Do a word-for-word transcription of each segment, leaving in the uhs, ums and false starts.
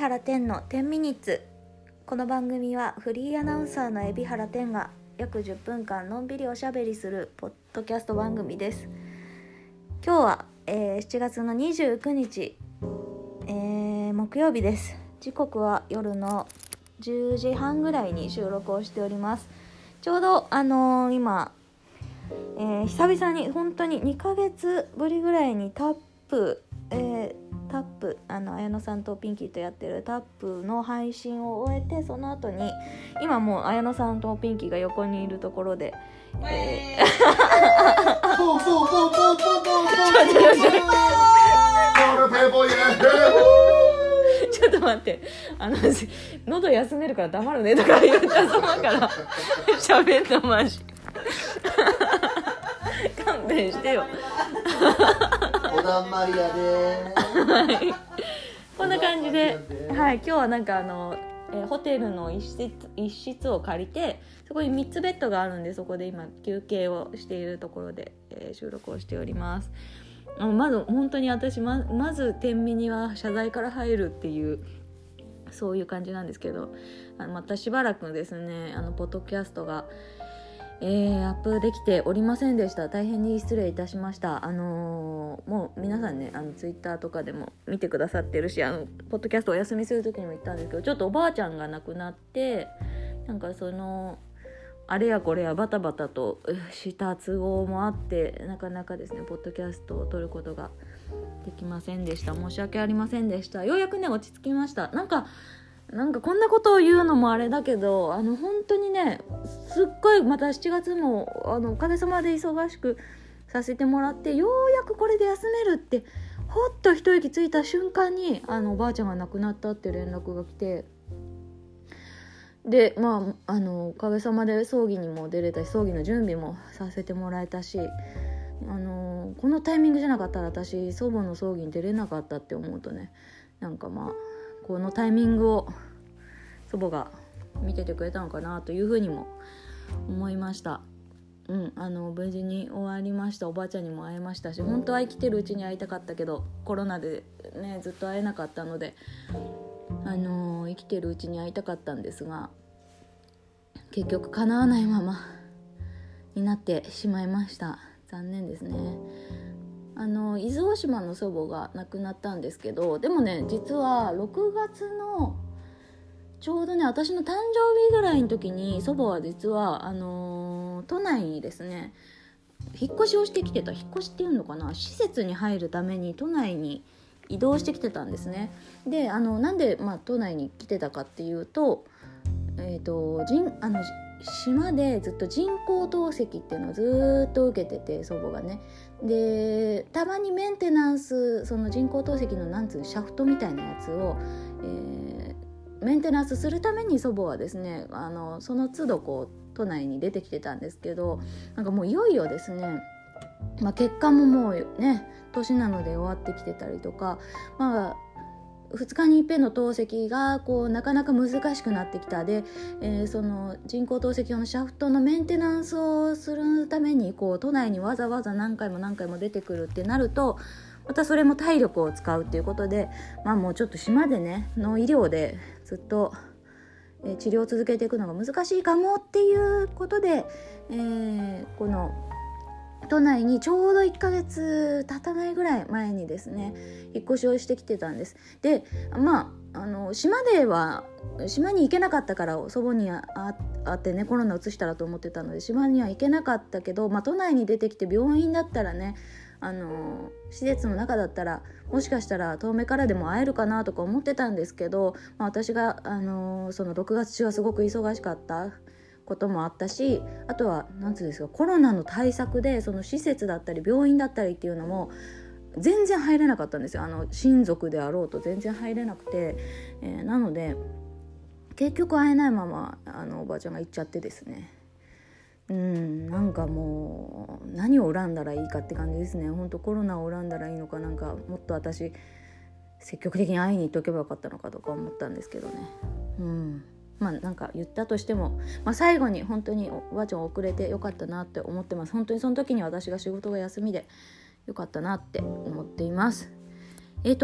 原天のじゅうミニッツ。この番組はフリーアナウンサーの海老原天が約じゅっぷんかんのんびりおしゃべりするポッドキャスト番組です。今日は、えー、しちがつのにじゅうくにち、えー、木曜日です。時刻は夜のじゅうじはんぐらいに収録をしております。ちょうどあのー、今、えー、久々に本当ににかげつぶりぐらいにタップ、えー、タップあの綾野さんとピンキーとやってるタップの配信を終えて、その後に今もう綾野さんとピンキーが横にいるところで、えー、ちょっと待って、あの喉休めるから黙るねとか言ったそばから喋ったマジ勘弁してよおだんまりやではい、こんな感じで、はい、今日はなんかあの、えー、ホテルの一室、一室を借りて、そこにみっつベッドがあるんで、そこで今休憩をしているところで、えー、収録をしております。あのまず本当に私 ま, まず天秤には謝罪から入るっていう、そういう感じなんですけど、あのまたしばらくですね、あのポッドキャストがえー、アップできておりませんでした。大変に失礼いたしました。あのー、もう皆さんね、あのツイッターとかでも見てくださってるし、あのポッドキャストお休みする時にも言ったんですけど、ちょっとおばあちゃんが亡くなって、なんかそのあれやこれやバタバタとした都合もあって、なかなかですねポッドキャストを撮ることができませんでした。申し訳ありませんでした。ようやくね落ち着きました。なんかなんかこんなことを言うのもあれだけど、あの本当にね、すっごいまたしちがつもあのおかげさまで忙しくさせてもらって、ようやくこれで休めるってほっと一息ついた瞬間に、あのおばあちゃんが亡くなったって連絡が来て、でまああのおかげさまで葬儀にも出れたし、葬儀の準備もさせてもらえたし、あのこのタイミングじゃなかったら私祖母の葬儀に出れなかったって思うとね、なんかまあこのタイミングを祖母が見ててくれたのかなというふうにも思いました。うん、あの無事に終わりました。おばあちゃんにも会えましたし、本当は生きてるうちに会いたかったけど、コロナでねずっと会えなかったので、あの生きてるうちに会いたかったんですが、結局叶わないままになってしまいました。残念ですね。あの伊豆大島の祖母が亡くなったんですけど、でもね実はろくがつのちょうどね私の誕生日ぐらいの時に、祖母は実はあのー、都内にですね引っ越しをしてきてた。引っ越しっていうのかな、施設に入るために都内に移動してきてたんですね。であのなんで、まあ、都内に来てたかっていうと、えーと人あの島でずっと人工透析っていうのをずっと受けてて、祖母がね。でたまにメンテナンス、その人工透析のなんつうシャフトみたいなやつを、えー、メンテナンスするために祖母はですね、あのその都度こう都内に出てきてたんですけど、なんかもういよいよですね、まあ、血管ももうね年なので終わってきてたりとか、まあふつかに一遍の透析がこうなかなか難しくなってきた。で、えー、その人工透析用のシャフトのメンテナンスをするためにこう都内にわざわざ何回も何回も出てくるってなると、またそれも体力を使うっていうことで、まあもうちょっと島でねの医療でずっと、えー、治療を続けていくのが難しいかもっていうことで、えー、この都内にちょうどいっかげつ経たないぐらい前にですね引っ越しをしてきてたんです。でまああの島では島に行けなかったから、祖母にああってねコロナ移したらと思ってたので島には行けなかったけど、まあ、都内に出てきて病院だったらね、あの施設の中だったらもしかしたら遠目からでも会えるかなとか思ってたんですけど、まあ、私があのそのろくがつ中はすごく忙しかったこともあったし、あとはなんつうんですか、コロナの対策でその施設だったり病院だったりっていうのも全然入れなかったんですよ。あの親族であろうと全然入れなくて、えー、なので結局会えないままあのおばあちゃんが行っちゃってですね、うんなんかもう何を恨んだらいいかって感じですね。本当コロナを恨んだらいいのか、なんかもっと私積極的に会いに行っておけばよかったのかとか思ったんですけどね。うんまあなんか言ったとしても、まあ、最後に本当におばあちゃん遅れてよかったなって思ってます。本当にその時に私が仕事が休みでよかったなって思っています。えっと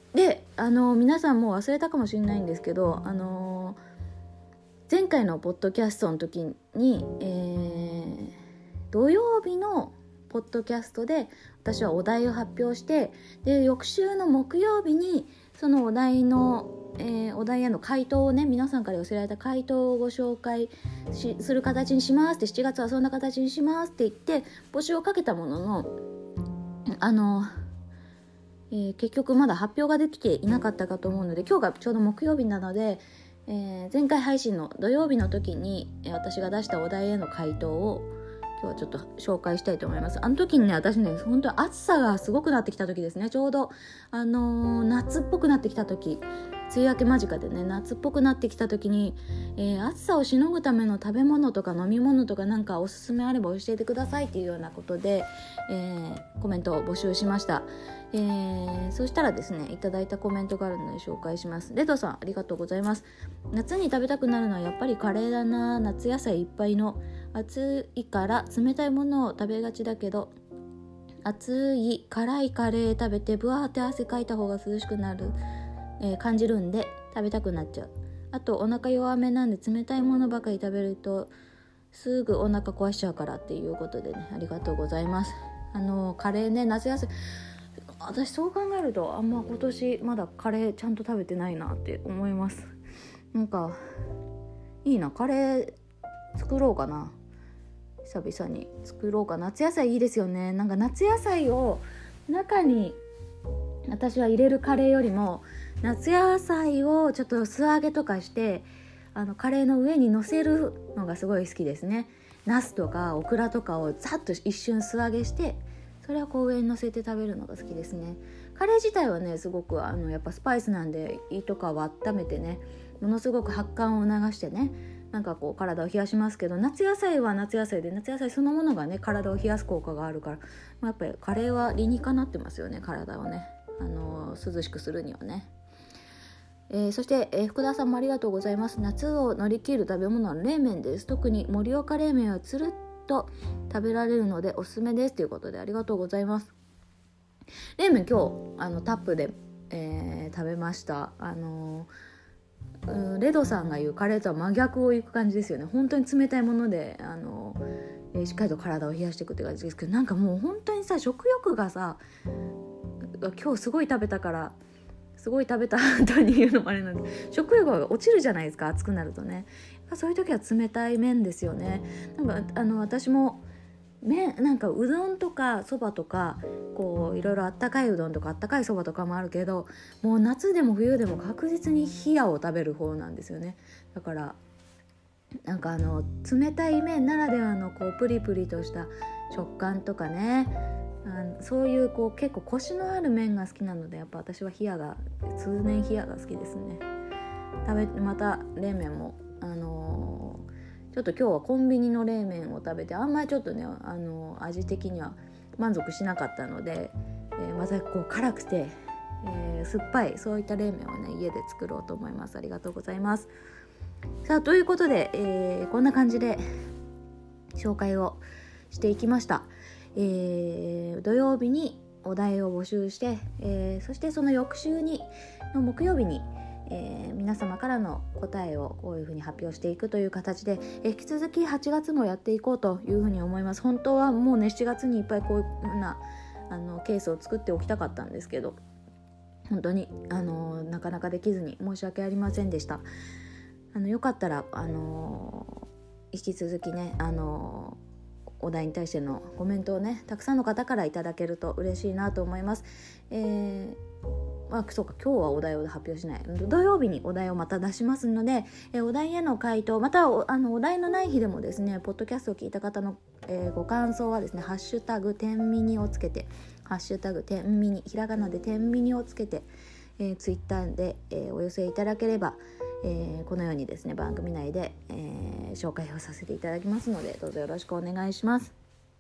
であの皆さんもう忘れたかもしれないんですけど、あの前回のポッドキャストの時に、えー、土曜日のポッドキャストで私はお題を発表して、で翌週の木曜日にそのお題の、えー、お題への回答をね、皆さんから寄せられた回答をご紹介しする形にしますって、しちがつはそんな形にしますって言って募集をかけたものの、あのえー、結局まだ発表ができていなかったかと思うので、今日がちょうど木曜日なので、えー、前回配信の土曜日の時に、えー、私が出したお題への回答を今日はちょっと紹介したいと思います。あの時にね、私ね、本当に暑さがすごくなってきた時ですね。ちょうど、あのー、夏っぽくなってきた時、梅雨明け間近でね、夏っぽくなってきた時に、えー、暑さをしのぐための食べ物とか飲み物とかなんかおすすめあれば教えてくださいっていうようなことで、えー、コメントを募集しました。えー、そしたらですね、いただいたコメントがあるので紹介します。レドさん、ありがとうございます。夏に食べたくなるのはやっぱりカレーだな。夏野菜いっぱいの、暑いから冷たいものを食べがちだけど、暑い辛いカレー食べてブワーって汗かいた方が涼しくなる、えー、感じるんで食べたくなっちゃう。あとお腹弱めなんで冷たいものばかり食べるとすぐお腹壊しちゃうからっていうことでね、ありがとうございます。あのカレーね、夏野菜、私そう考えるとあんま今年まだカレーちゃんと食べてないなって思います。なんかいいな、カレー作ろうかな、久々に作ろうか。夏野菜いいですよね。なんか夏野菜を中に私は入れるカレーよりも、夏野菜をちょっと素揚げとかしてあのカレーの上に乗せるのがすごい好きですね。ナスとかオクラとかをざっと一瞬素揚げして、それはこう上に乗せて食べるのが好きですね。カレー自体はね、すごくあのやっぱスパイスなんで胃とかを温めてね、ものすごく発汗を促してね、なんかこう体を冷やしますけど、夏野菜は夏野菜で、夏野菜そのものがね体を冷やす効果があるから、まあ、やっぱりカレーは理にかなってますよね。体をね、あのー、涼しくするにはね。えー、そして、えー、福田さんもありがとうございます。夏を乗り切る食べ物は冷麺です。特に盛岡冷麺はつるっと食べられるのでおすすめですということで、ありがとうございます。冷麺今日あのタップで、えー、食べました。あのー、レドさんが言うカレーとは真逆をいく感じですよね。本当に冷たいもので、あのーえー、しっかりと体を冷やしていくって感じですけど、なんかもう本当にさ、食欲がさ、今日すごい食べたからすごい食べた後に言うのもあれなんで、食欲が落ちるじゃないですか、暑くなるとね。そういう時は冷たい麺ですよね。なんかあの私も麺、なんかうどんとかそばとか、こういろいろあったかいうどんとかあったかいそばとかもあるけど、もう夏でも冬でも確実に冷やを食べる方なんですよね。だからなんかあの冷たい麺ならではのこうプリプリとした食感とかね、あのそういうこう結構コシのある麺が好きなので、やっぱ私は冷やが通年冷やが好きですね。食べまた冷麺もあのー、ちょっと今日はコンビニの冷麺を食べて、あんまりちょっとね、あのー、味的には満足しなかったので、えー、またこう辛くて、えー、酸っぱいそういった冷麺をね家で作ろうと思います。ありがとうございます。さあということで、えー、こんな感じで紹介をしていきました。えー、土曜日にお題を募集して、えー、そしてその翌週にの木曜日に、えー、皆様からの答えをこういうふうに発表していくという形で、えー、引き続きはちがつもやっていこうというふうに思います。本当はもうねしちがつにいっぱいこういうふうなあのケースを作っておきたかったんですけど、本当にあのなかなかできずに申し訳ありませんでした。あのよかったらあの引き続きね、あのお題に対してのコメントをねたくさんの方からいただけると嬉しいなと思います。えーまあ、そうか今日はお題を発表しない、土曜日にお題をまた出しますので、えー、お題への回答、また お, あのお題のない日でもですね、ポッドキャストを聞いた方の、えー、ご感想はですね、ハッシュタグ天ミニをつけて、ハッシュタグ天ミニ、ひらがなで天ミニをつけて、えー、ツイッターで、えー、お寄せいただければ、えー、このようにですね番組内で、えー、紹介をさせていただきますので、どうぞよろしくお願いします。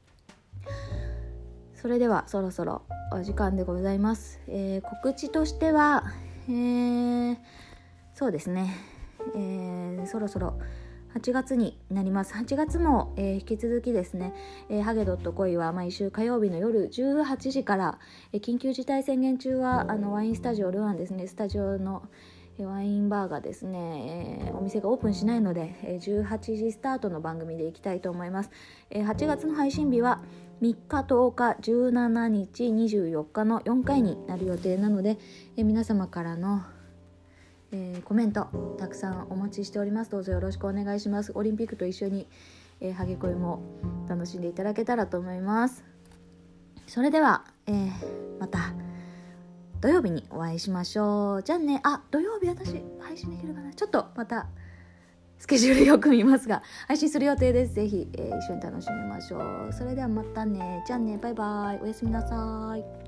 それではそろそろお時間でございます。えー、告知としては、えー、そうですね、えー、そろそろはちがつになります。はちがつも、えー、引き続きですね、えー、ハゲドット恋は毎週火曜日の夜じゅうはちじから、えー、緊急事態宣言中はあのワインスタジオルアンですね、スタジオのワインバーがですね、えー、お店がオープンしないので、えー、じゅうはちじスタートの番組でいきたいと思います。えー、はちがつの配信日はみっか、とおか、じゅうしちにち、にじゅうよっかのよんかいになる予定なので、えー、皆様からの、えー、コメントたくさんお待ちしております。どうぞよろしくお願いします。オリンピックと一緒に、えー、ハゲ恋も楽しんでいただけたらと思います。それでは、えー、また土曜日にお会いしましょう。じゃあね。あ、土曜日私配信できるかな、ちょっとまたスケジュールよく見ますが配信する予定です。ぜひ、えー、一緒に楽しみましょう。それではまたね。じゃあね、バイバイ、おやすみなさい。